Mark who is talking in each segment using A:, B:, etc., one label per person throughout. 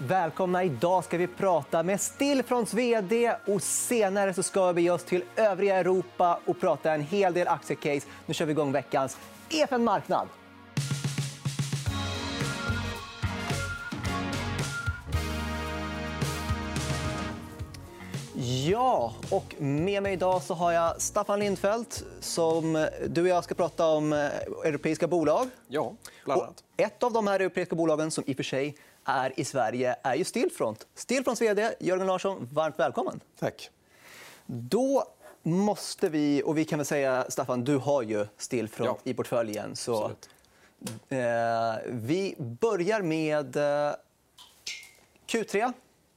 A: Välkomna. Idag ska vi prata med Stillfronts vd och senare så ska vi oss till övriga Europa och prata en hel del aktiecase. Nu kör vi igång veckans EFN Marknad. Ja, och med mig idag så har jag Staffan Lindfeldt som du och jag ska prata om europeiska bolag.
B: Ja, bland annat.
A: Och ett av de här europeiska bolagen som i och för sig är i Sverige är ju Stillfront. Stillfronts vd Jörgen Larsson, varmt välkommen.
B: Tack.
A: Då måste vi, och vi kan väl säga, Staffan, du har ju Stillfront i portföljen. Så, vi börjar med Q3.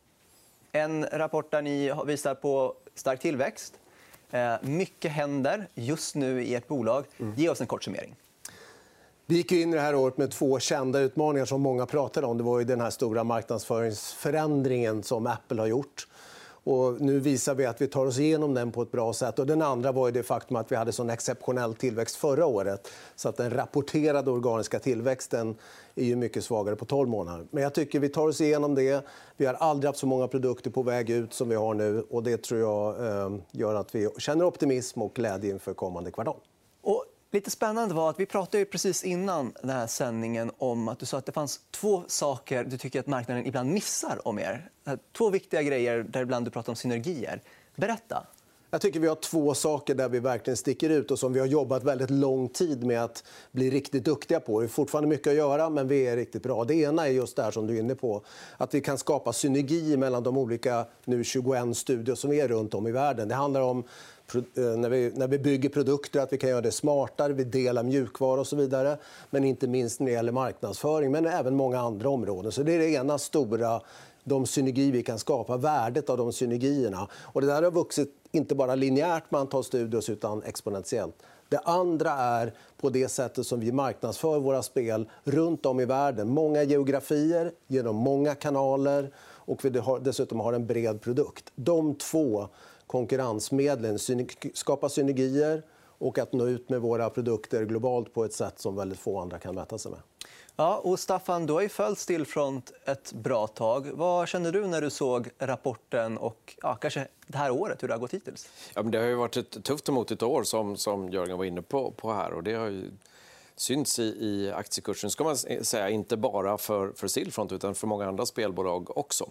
A: En rapport där ni visar på stark tillväxt. Mycket händer just nu i ert bolag. Ge oss en kort summering.
C: Vi gick in i det här året med 2 kända utmaningar som många pratade om. Det var ju den här stora marknadsföringsförändringen som Apple har gjort. Och nu visar vi att vi tar oss igenom den på ett bra sätt. Och den andra var ju det faktum att vi hade sån exceptionell tillväxt förra året. Så att den rapporterade organiska tillväxten är ju mycket svagare på 12 månader. Men jag tycker vi tar oss igenom det. Vi har aldrig haft så många produkter på väg ut som vi har nu. Och det tror jag gör att vi känner optimism och glädje inför kommande kvartal.
A: Och lite spännande var att vi pratade ju precis innan den här sändningen om att du sa att det fanns 2 saker du tycker att marknaden ibland missar om er. 2 viktiga grejer där ibland du pratar om synergier. Berätta.
C: Jag tycker vi har 2 saker där vi verkligen sticker ut och som vi har jobbat väldigt lång tid med att bli riktigt duktiga på. Det är fortfarande mycket att göra, men vi är riktigt bra. Det ena är just där som du är inne på. Att vi kan skapa synergi mellan de olika nu 21 studier som är runt om i världen. Det handlar om när vi bygger produkter att vi kan göra det smartare, vi delar mjukvara och så vidare. Men inte minst när det gäller marknadsföring, men även många andra områden. Så det är det ena stora, de synergier vi kan skapa, värdet av de synergierna. Och det där har vuxit inte bara linjärt med antal studios utan exponentiellt. Det andra är på det sättet som vi marknadsför våra spel runt om i världen. Många geografier, genom många kanaler och vi dessutom har en bred produkt. De 2 konkurrensmedlen, skapa synergier och att nå ut med våra produkter globalt på ett sätt som väldigt få andra kan mäta sig med.
A: Ja, och Staffan, du har ju följt Stillfront ett bra tag. Vad kände du när du såg rapporten och kanske det här året, hur det har gått hittills?
B: Ja, men det har ju varit ett tufft och motigt år som Jörgen var inne på här. Och det har ju syns i aktiekursen, ska man säga, inte bara för Stillfront utan för många andra spelbolag också.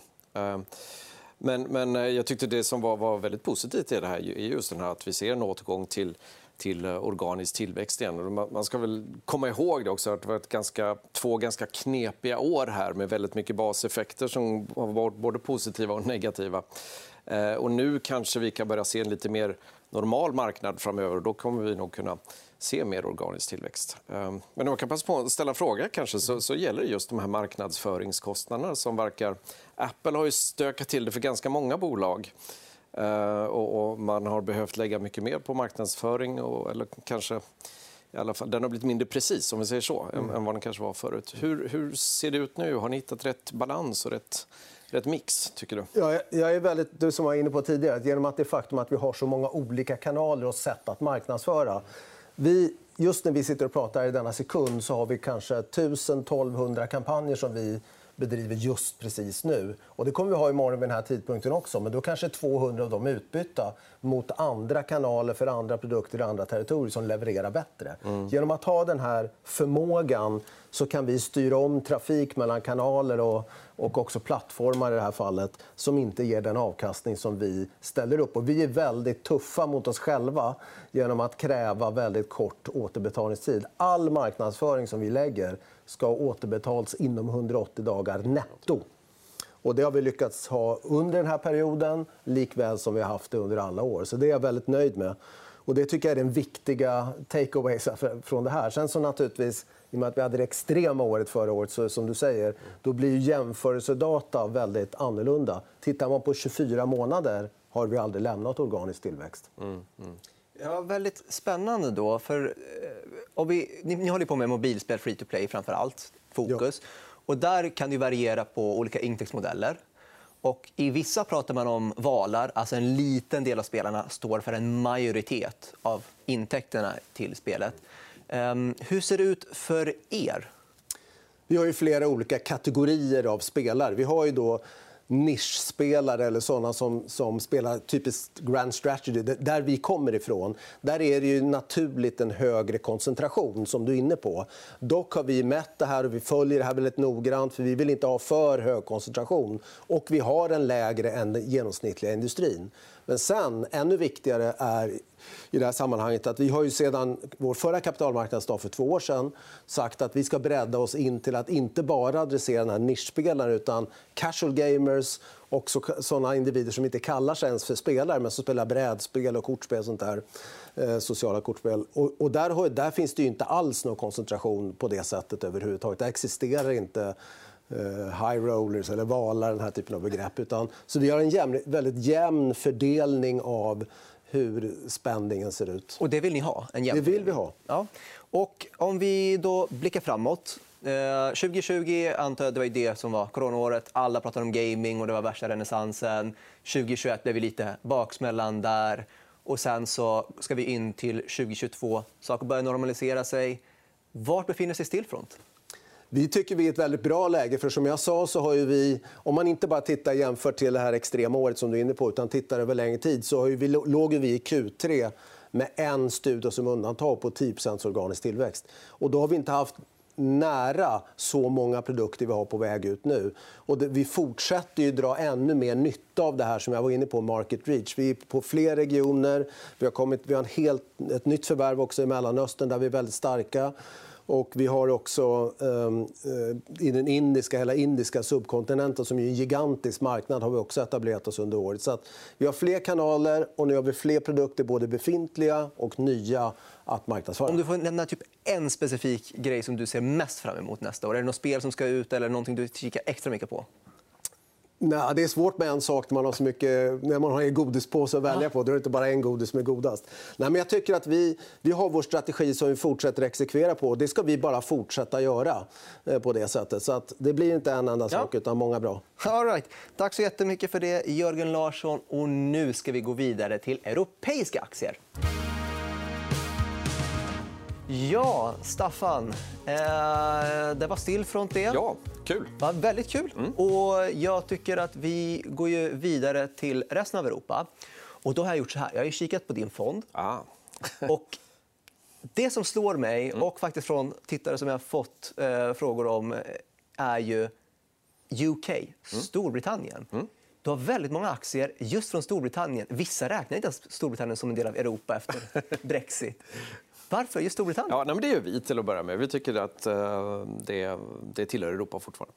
B: Men jag tyckte det som var väldigt positivt i det här är just den här att vi ser en återgång till organisk tillväxt igen. Man ska väl komma ihåg det också att det var 2 ganska knepiga år här med väldigt mycket baseffekter som var både positiva och negativa. Och nu kanske vi kan börja se en lite mer normal marknad framöver och då kommer vi nog kunna se mer organisk tillväxt. Men om man kan passa på att ställa en fråga kanske så gäller det just de här marknadsföringskostnaderna som verkar. Apple har ju stökat till det för ganska många bolag. Och man har behövt lägga mycket mer på marknadsföring eller kanske i alla fall den har blivit mindre precis om vi säger så än vad den kanske var förut. Hur ser det ut nu? Har ni hittat rätt balans och rätt mix tycker du?
C: Ja, jag är väldigt du som var inne på tidigare att genom att det faktum att vi har så många olika kanaler och sätt att marknadsföra. Just när vi sitter och pratar i denna sekund så har vi kanske 1000-1200 kampanjer som vi bedriver just precis nu. Och det kommer vi ha imorgon vid den här tidpunkten också. Men då kanske 200 av dem utbytta mot andra kanaler för andra produkter i andra territorier som levererar bättre. Genom att ha den här förmågan så kan vi styra om trafik mellan kanaler och också plattformar i det här fallet som inte ger den avkastning som vi ställer upp. Och vi är väldigt tuffa mot oss själva genom att kräva väldigt kort återbetalningstid. All marknadsföring som vi lägger ska återbetalas inom 180 dagar netto. Och det har vi lyckats ha under den här perioden likväl som vi har haft det under alla år. Så det är jag väldigt nöjd med. Och det tycker jag är den viktiga takeaways från det här. Sen så naturligtvis, i och med att vi hade det extrema året förra året, så som du säger, då blir ju jämförelsedata väldigt annorlunda. Tittar man på 24 månader har vi aldrig lämnat organisk tillväxt.
A: Ja, väldigt spännande då. För, ni håller på med mobilspel free to play framför allt, fokus. Ja. Och där kan det variera på olika intäktsmodeller. Och i vissa pratar man om valar, alltså en liten del av spelarna står för en majoritet av intäkterna till spelet. Hur ser det ut för er?
C: Vi har ju flera olika kategorier av spelare. Vi har ju då nischspelare eller sådana som spelar typiskt grand strategy, där vi kommer ifrån. Där är det ju naturligt en högre koncentration som du är inne på. Dock har vi mätt det här och vi följer det här väldigt noggrant, för vi vill inte ha för hög koncentration. Och vi har en lägre än den genomsnittliga industrin. Men sen, ännu viktigare är i det här sammanhanget att vi har ju sedan vår förra kapitalmarknadsdag för 2 år sedan sagt att vi ska bredda oss in till att inte bara adressera den här nischspelaren, utan casual gamers och sådana individer som inte kallar sig ens för spelare men som spelar brädspel och kortspel och sånt där, sociala kortspel. Och där finns det ju inte alls någon koncentration på det sättet överhuvudtaget. Det existerar inte high rollers eller valar, den här typen av begrepp. Så vi har en väldigt jämn fördelning av hur spänningen ser ut.
A: Och det vill ni ha? En jämn
C: det vill vi ha.
A: Ja. Och om vi då blickar framåt. 2020 antar jag det var det som var coronaåret. Alla pratade om gaming och det var värsta renässansen. 2021 blev vi lite baksmällan där. Och sen så ska vi in till 2022. Saker börjar normalisera sig. Vart befinner sig Stillfront?
C: Vi tycker vi är i ett väldigt bra läge, för som jag sa så har ju vi, om man inte bara tittar jämfört till det här extrema året som du är inne på, utan tittar över längre tid, så låg vi i Q3 med en studie som undantag på 10% organisk tillväxt. Och då har vi inte haft nära så många produkter vi har på väg ut nu. Och vi fortsätter ju dra ännu mer nytta av det här som jag var inne på, market reach. Vi är på fler regioner. Vi har ett nytt förvärv också i Mellanöstern där vi är väldigt starka. Och vi har också i den hela indiska subkontinenten, som är en gigantisk marknad, har vi också etablerat oss under året. Så att vi har fler kanaler och nu har vi fler produkter, både befintliga och nya, att marknadsföra.
A: Om du får nämna typ en specifik grej som du ser mest fram emot nästa år. Är det något spel som ska ut eller någonting du kikar extra mycket på?
C: Nej, det är svårt med en sak när man har så mycket, när man har en godispåse att välja på. Då är det inte bara en godis som är godast. Nej, men jag tycker att vi har vår strategi som vi fortsätter exekvera på. Det ska vi bara fortsätta göra på det sättet. Så att det blir inte en enda sak utan många bra.
A: All right. Tack så jättemycket för det, Jörgen Larsson. Och nu ska vi gå vidare till europeiska aktier. Ja, Staffan. Det var Stillfront det.
B: Ja, kul.
A: Det var väldigt kul. Och jag tycker att vi går ju vidare till resten av Europa. Och då har jag gjort så här. Jag har ju kikat på din fond. Och det som slår mig, och faktiskt från tittare som jag har fått frågor om, är ju UK, Storbritannien. Du har väldigt många aktier just från Storbritannien. Vissa räknar inte ens Storbritannien som en del av Europa efter Brexit. Varför just Storbritannien?
B: Ja, men det gör vi till att börja med. Vi tycker att det tillhör Europa fortfarande.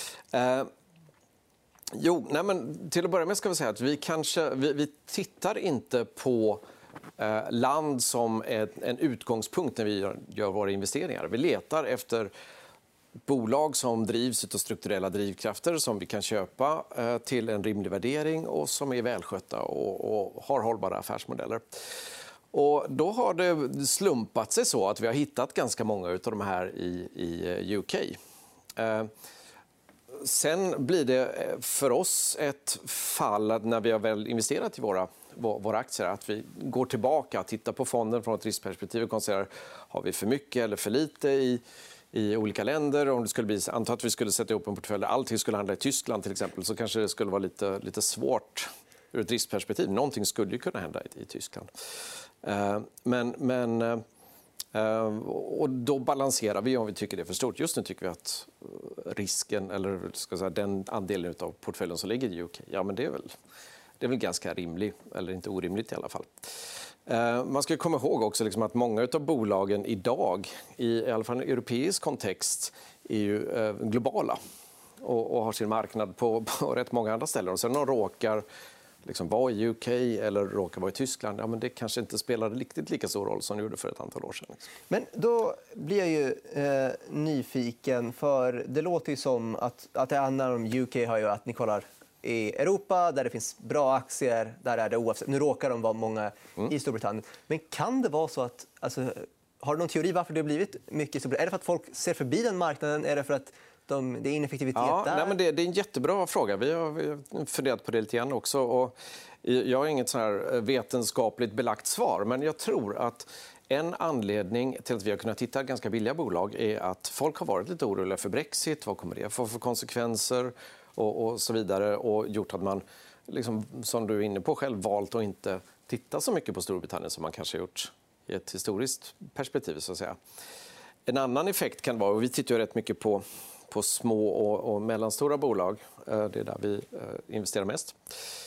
B: Till att börja med ska vi säga att vi tittar inte på land som en utgångspunkt när vi gör våra investeringar. Vi letar efter bolag som drivs av strukturella drivkrafter som vi kan köpa till en rimlig värdering och som är välskötta och har hållbara affärsmodeller. Och då har det slumpat sig så att vi har hittat ganska många av de här i UK. Sen blir det för oss ett fall att när vi har väl investerat i våra aktier, att vi går tillbaka och tittar på fonden från ett riskperspektiv och konstaterar, har vi för mycket eller för lite i olika länder. Om det skulle bli, anta att vi skulle sätta ihop en portfölj där allting skulle handla i Tyskland till exempel, så kanske det skulle vara lite svårt ur ett riskperspektiv. Någonting skulle ju kunna hända i Tyskland. Och då balanserar vi om vi tycker det är för stort. Just nu tycker vi att risken, eller ska säga, den andelen av portföljen som ligger i UK, men det är väl ganska rimlig, eller inte orimligt i alla fall. Man ska komma ihåg också liksom att många av bolagen idag, i alla fall i europeisk kontext, är ju globala och har sin marknad på rätt många andra ställen. Och sen de råkar vara i UK eller råkar vara i Tyskland, men det kanske inte spelar riktigt lika stor roll som det gjorde för ett antal år sedan.
A: Men då blir jag ju nyfiken, för det låter ju som att det handlar om UK har ju att ni kollar i Europa där det finns bra aktier, där är det oavsett. Nu råkar de vara många i Storbritannien. Men kan det vara så att, har du någon teori varför det har blivit mycket i Storbritannien? Är det för att folk ser förbi den marknaden? Är det för att det är ineffektivitet där?
B: Nej, men det är en jättebra fråga. Vi har funderat på det lite grann också. Och jag har inget så här vetenskapligt belagt svar, men jag tror att en anledning till att vi har kunnat hitta ganska billiga bolag är att folk har varit lite oroliga för Brexit. Vad kommer det få för konsekvenser och så vidare. Och gjort att man, liksom, som du är inne på själv, valt att inte titta så mycket på Storbritannien som man kanske har gjort i ett historiskt perspektiv. Så att säga. En annan effekt kan vara, och vi tittar ju rätt mycket på små och mellanstora bolag, det är där vi investerar mest,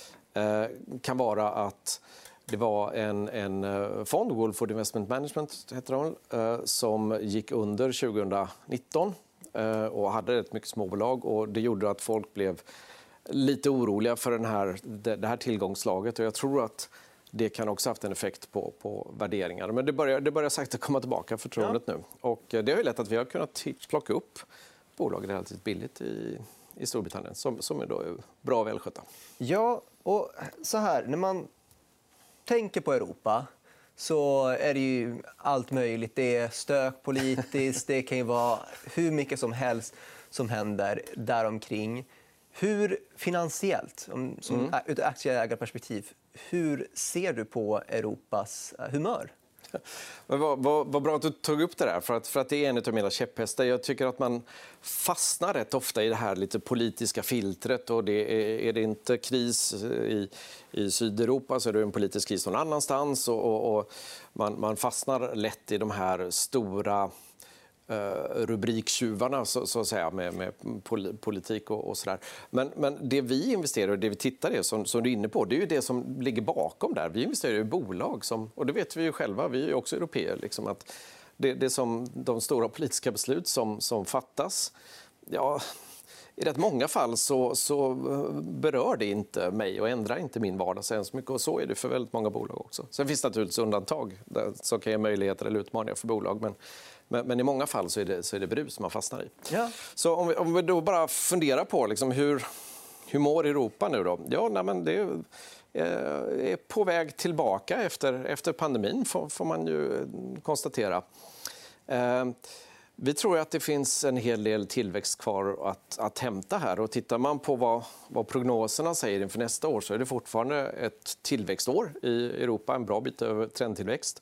B: kan vara att det var en fond, Woolford Investment Management heter hon, som gick under 2019 och hade rätt mycket småbolag. Och det gjorde att folk blev lite oroliga för det här tillgångslaget. Och jag tror att det kan också haft en effekt på värderingar. Men det börjar sakta komma tillbaka, förtroendet nu. Och det har ju lett att vi har kunnat plocka upp bolag relativt billigt i Storbritannien som är då bra och välskötta.
A: Ja, och så här, när man tänker på Europa så är det ju allt möjligt. Det är stök politiskt, det kan ju vara hur mycket som helst som händer däromkring. Hur finansiellt, ur ett aktieägarperspektiv, hur ser du på Europas humör?
B: Men vad bra att du tog upp det där, för att det är en av mina käpphästar. Jag tycker att man fastnar rätt ofta i det här lite politiska filtret. Och är det inte kris i Sydeuropa så är det en politisk kris någon annanstans. Och man fastnar lätt i de här stora rubriktjuvarna så att säga, med politik och sådär. Men det vi investerar och det vi tittar i, som du är inne på, det är ju det som ligger bakom där. Vi investerar i bolag och det vet vi ju själva, vi är ju också europeer, liksom, att det som de stora politiska beslut som fattas, ja, i rätt många fall så berör det inte mig och ändrar inte min vardag så mycket. Och så är det för väldigt många bolag också. Sen finns det naturligtvis undantag som kan ge möjligheter eller utmaningar för bolag. Men i många fall så är det brus som man fastnar i.
A: Ja.
B: Så om vi då bara funderar på liksom hur mår Europa nu då? Ja, men det är på väg tillbaka efter pandemin får man ju konstatera. Vi tror att det finns en hel del tillväxt kvar att hämta här. Och tittar man på vad prognoserna säger inför nästa år så är det fortfarande ett tillväxtår i Europa, en bra bit över trendtillväxt.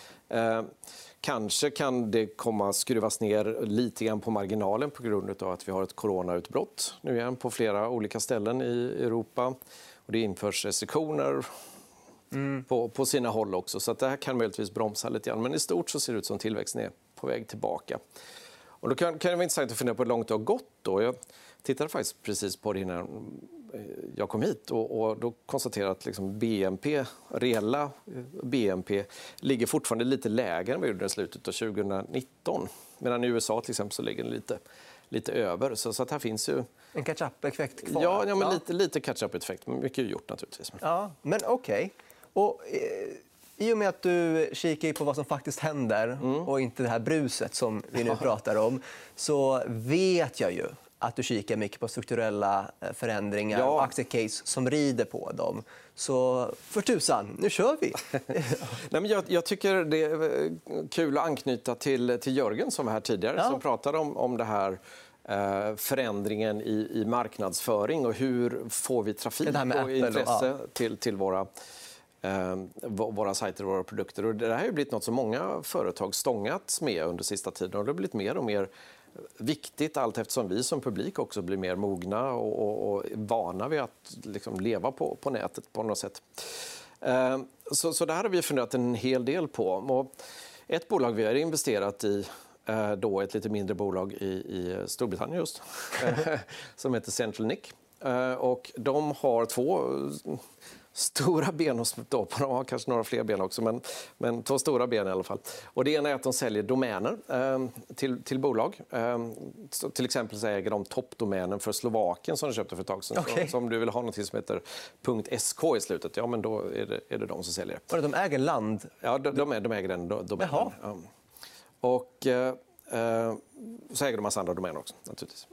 B: Kanske kan det komma att skruvas ner lite grann på marginalen på grund av att vi har ett coronautbrott nu igen på flera olika ställen i Europa. Och det införs restriktioner på sina håll också. Så att det här kan möjligtvis bromsa lite grann. Men i stort så ser det ut som tillväxten är på väg tillbaka. Och då kan det vara intressant att fundera på hur långt det har gått då. Jag tittade faktiskt precis på det innan jag kom hit och då konstaterade att liksom reella BNP ligger fortfarande lite lägre än vad vi gjorde i slutet av 2019. Medan i USA till exempel så ligger den lite över. Så att här finns ju
A: en catch-up-effekt kvar.
B: Ja, men lite catch-up-effekt. Mycket är gjort naturligtvis.
A: Ja, men okej. Och i och med att du kikar på vad som faktiskt händer och inte det här bruset som vi nu pratar om, så vet jag ju att du kikar mycket på strukturella förändringar och aktiecase som rider på dem. Så för tusan, nu kör vi!
B: Nej, men jag tycker det är kul att anknyta till Jörgen som var här tidigare som pratade om det här förändringen i marknadsföring och hur får vi trafik och intresse till våra sajter och våra produkter. Och det här har ju blivit något som många företag stångats med under sista tiden och det har blivit mer och mer viktigt allt eftersom vi som publik också blir mer mogna och vana vid att liksom leva på nätet på något sätt. Så det här har vi funderat en hel del på. Och ett bolag vi har investerat i då ett lite mindre bolag i Storbritannien just som heter Central Nick. Och de har två stora ben att stå på. De har kanske några fler ben också, men två stora ben i alla fall. Och det ena är att de säljer domäner till bolag. Så till exempel så äger de toppdomänen för Slovakien som de köpte för ett tag sedan.
A: Okay.
B: Så om du vill ha något som heter .sk i slutet, ja men då är det de som säljer.
A: Och de äger land?
B: Ja, de äger den domänen.
A: Jaha.
B: Och så äger de en massa andra domäner också naturligtvis.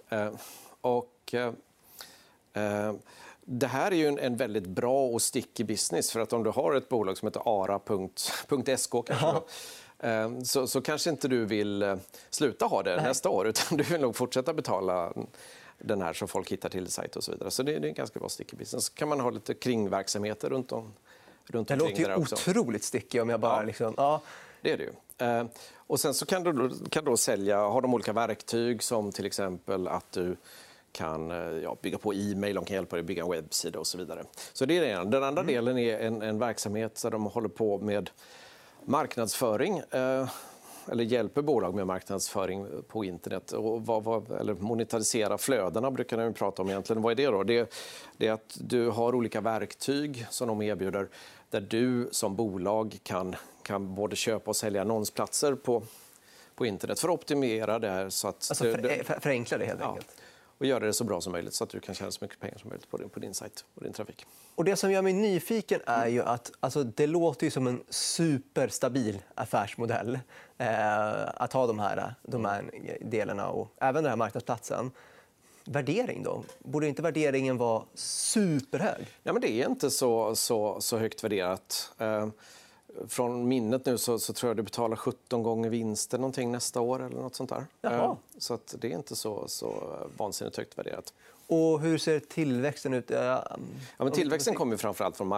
B: Det här är ju en väldigt bra och sticky business för att om du har ett bolag som heter ara.sk så kanske inte du vill sluta ha det nästa år utan du vill nog fortsätta betala den här som folk hittar till sajt och så vidare. Så det är en ganska bra sticky business. Så kan man ha lite kringverksamheter runt
A: det låter ju otroligt sticky om jag bara
B: Det är det ju. Och sen så kan du då sälja, ha de olika verktyg som till exempel att du kan bygga på e-mail, de kan hjälpa dig bygga en webbsida och så vidare. Så det är det ena. Den andra delen är en verksamhet där de håller på med marknadsföring eller hjälper bolag med marknadsföring på internet och eller monetarisera flödena brukar man prata om egentligen. Vad är det då? Det är att du har olika verktyg som de erbjuder där du som bolag kan både köpa och sälja annonsplatser på internet för att optimera det här. Så att
A: Alltså förenkla det helt enkelt.
B: Och göra det så bra som möjligt så att du kan tjäna så mycket pengar som möjligt på din sajt och din trafik.
A: Och det som gör mig nyfiken är ju att det låter ju som en superstabil affärsmodell att ha de här delarna och även den här marknadsplatsen. Värdering då? Borde inte värderingen vara superhög?
B: Ja, men det är inte så högt värderat. Från minnet nu så tror jag du betalar 17 gånger vinster någonting nästa år eller något sånt där.
A: Jaha.
B: Så att det är inte så vansinnigt högt värderat.
A: Och hur ser tillväxten ut?
B: Men tillväxten kommer framförallt från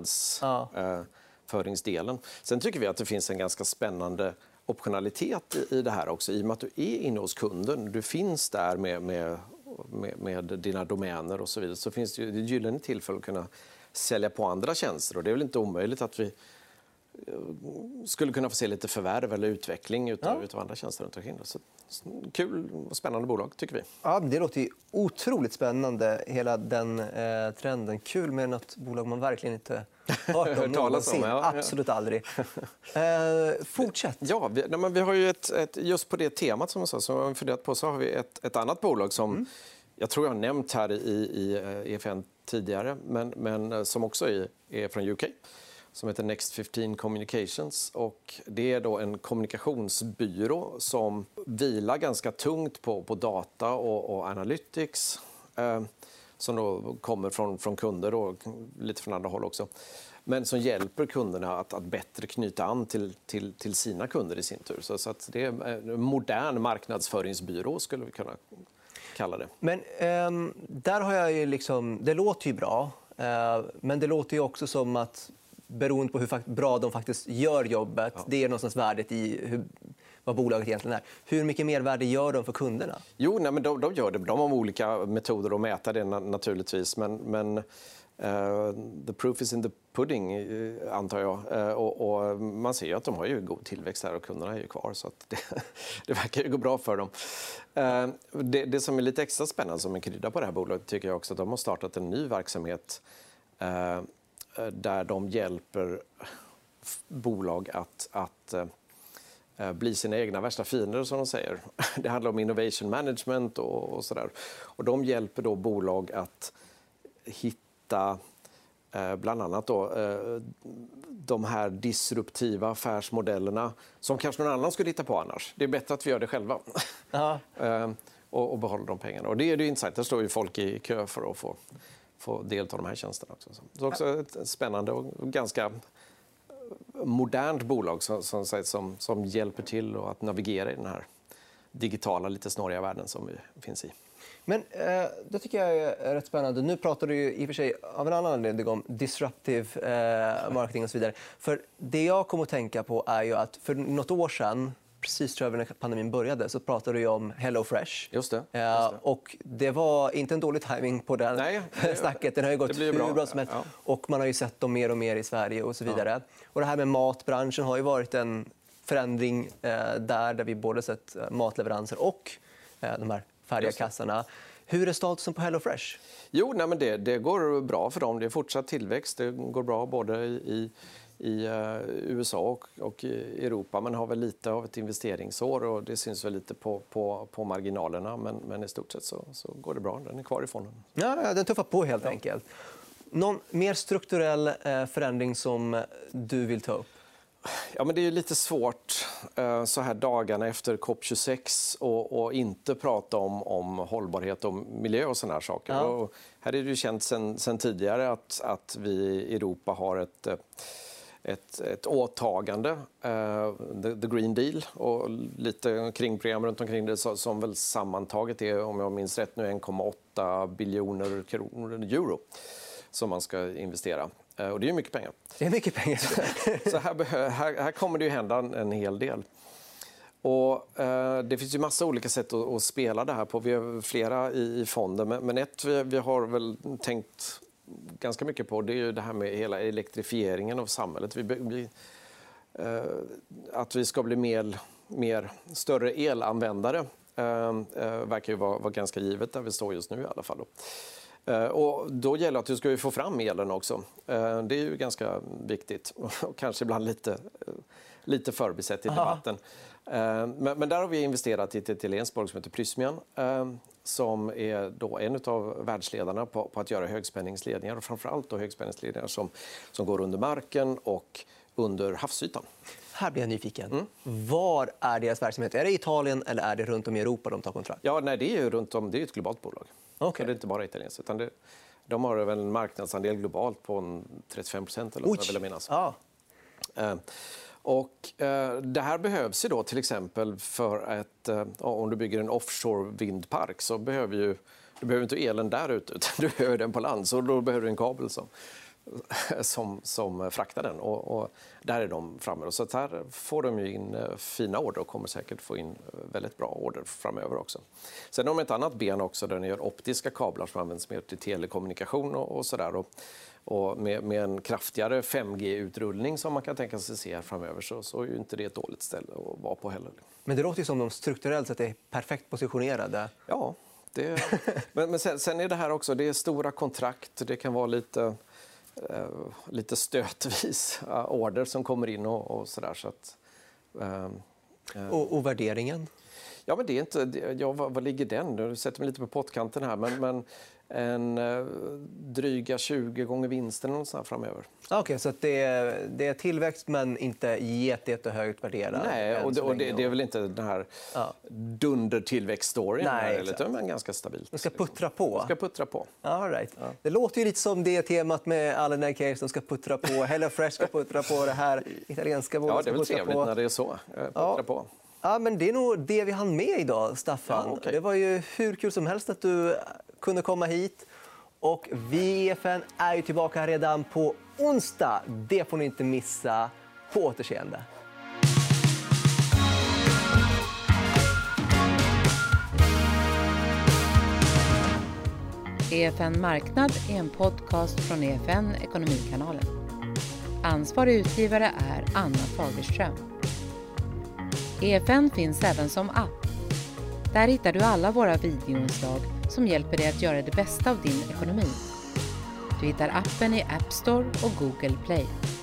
B: marknadsföringsdelen. Sen tycker vi att det finns en ganska spännande optionalitet i det här också. I och med att du är inne hos kunden, du finns där med dina domäner och så vidare, så finns det ju ett gyllene tillfälle att kunna sälja på andra tjänster. Och det är väl inte omöjligt att vi skulle kunna få se lite förvärv eller utveckling utav andra tjänster runt omkring. Så kul och spännande bolag tycker vi.
A: Ja, det låter ju otroligt spännande, hela den trenden. Kul med något bolag man verkligen inte hört om någonsin. Absolut aldrig. Fortsätt.
B: Ja, vi har ju just på det temat som jag sa, som jag funderat på, så har vi ett annat bolag som jag tror jag har nämnt här i EFN tidigare, men som också är från UK. Som heter Next 15 Communications. Och det är då en kommunikationsbyrå som vilar ganska tungt på data och analytics. Som då kommer från kunder och lite från andra håll också. Men som hjälper kunderna att bättre knyta an till sina kunder i sin tur. Så att det är en modern marknadsföringsbyrå skulle vi kunna kalla det.
A: Men där har jag ju det låter ju bra. Men det låter ju också som att beroende på hur bra de faktiskt gör jobbet, det är någonstans värdet i vad bolaget egentligen är. Hur mycket mervärde gör de för kunderna? Jo,
B: men de gör det. De har olika metoder att mäta det naturligtvis. Men the proof is in the pudding, antar jag. Och man ser ju att de har ju god tillväxt här och kunderna är ju kvar. Så att det verkar ju gå bra för dem. Det som är lite extra spännande som en krydda på det här bolaget tycker jag också att de har startat en ny verksamhet där de hjälper bolag att bli sina egna värsta fiender, som de säger. Det handlar om innovation management och sådär. Och de hjälper då bolag att hitta bland annat då, de här disruptiva affärsmodellerna som kanske någon annan skulle hitta på annars. Det är bättre att vi gör det själva. Och behålla de pengarna. Och det är ju intressant. Där står ju folk i kö för att få delta av de här tjänsterna också. Så det är också ett spännande och ganska modernt bolag som hjälper till att navigera i den här digitala, lite snåriga världen som vi finns i.
A: Men det tycker jag är rätt spännande. Nu pratar du ju i och för sig av en annan anledning om disruptive marketing och så vidare. För det jag kommer att tänka på är ju att för något år sedan, precis tror jag när pandemin började, så pratade du om HelloFresh.
B: Just det.
A: Och det var inte en dålig timing på den snacket. Den har ju gått hur bra som helst. Ja. Och man har ju sett dem mer och mer i Sverige och så vidare. Ja. Och det här med matbranschen har ju varit en förändring där vi både sett matleveranser och de här färdiga kassarna. Hur är statusen på HelloFresh?
B: Jo, men det går bra för dem. Det är fortsatt tillväxt. Det går bra både i USA och i Europa. Man har väl lite av ett investeringsår och det syns väl lite på marginalerna. Men i stort sett så går det bra. Den är kvar i fonden.
A: Ja, den tuffar på helt enkelt. Någon mer strukturell förändring som du vill ta upp?
B: Ja, men det är lite svårt så här dagarna efter COP26 och inte prata om hållbarhet och miljö och såna här saker. Ja. Och här är det ju känt sen tidigare att vi i Europa har ett åtagande, the Green Deal, och lite kringprogram runt omkring det som väl sammantaget är, om jag minns rätt nu, 1,8 biljoner euro som man ska investera. Och det är mycket pengar.
A: Det är mycket pengar.
B: Så här kommer det ju hända en hel del. Och, det finns ju massa olika sätt att spela det här på. Vi har flera i fonden. Men ett vi har väl tänkt ganska mycket på, det är ju det här med hela elektrifieringen av samhället. Att vi ska bli mer större elanvändare verkar ju vara ganska givet där vi står just nu i alla fall. Och då gäller att du ska få fram elen också. Det är ju ganska viktigt och kanske ibland lite förbisett i debatten. Men där har vi investerat i ett italienskt bolag som heter Prysmian, som är då en av världsledarna på att göra högspänningsledningar, och framförallt då högspänningsledningar som går under marken och under havsytan.
A: Här blir jag nyfiken. Var är deras verksamhet? Är det Italien eller är det runt om i Europa de tar kontrakt?
B: Ja, nej, det är ju runt om. Det är ett globalt bolag.
A: Okay.
B: Så det är inte bara italienskt, utan de har väl en marknadsandel globalt på 35% eller så, vill jag minnas.
A: Ja.
B: Och det här behövs ju då till exempel för om du bygger en offshore vindpark, så du behöver inte elen där ute, utan du behöver den på land. Så då behöver du en kabel som fraktar den, och där är de framme. Så här får de ju in fina order och kommer säkert få in väldigt bra order framöver också. Sen har de ett annat ben också där de gör optiska kablar som används mer till telekommunikation och sådär. Och med en kraftigare 5G-utrullning som man kan tänka sig se här framöver, så är ju inte det ett dåligt ställe att vara på heller.
A: Men det låter ju som de strukturellt sett är perfekt positionerade.
B: Ja, men sen är det här också, det är stora kontrakt, det kan vara lite stötvis order som kommer in och sådär. Så att,
A: och värderingen?
B: Ja, men det är inte... vad ligger den? Nu sätter mig lite på pottkanten här, men en dryga 20 gånger vinsten eller sånt framöver.
A: Okej, så att det är tillväxt men inte jättehögt värderad?
B: Nej, och det är väl inte den här dundertillväxt-storyn här, men ganska stabilt.
A: De ska puttra på?
B: De ska puttra på.
A: All right. Ja. Det låter ju lite som det temat med alla Case som ska puttra på. HelloFresh ska puttra på, det här italienska bolaget ska puttra på.
B: Ja, det är väl trevligt när det är så. Puttra på.
A: Ja, men det är nog det vi hann med idag, Staffan.
B: Ja, okay.
A: Det var ju hur kul som helst att du kunde komma hit. Och vi i EFN är ju tillbaka redan på onsdag. Det får ni inte missa. På återseende.
D: EFN Marknad är en podcast från EFN Ekonomikanalen. Ansvarig utgivare är Anna Fagerström. EFN finns även som app. Där hittar du alla våra videoinslag som hjälper dig att göra det bästa av din ekonomi. Du hittar appen i App Store och Google Play.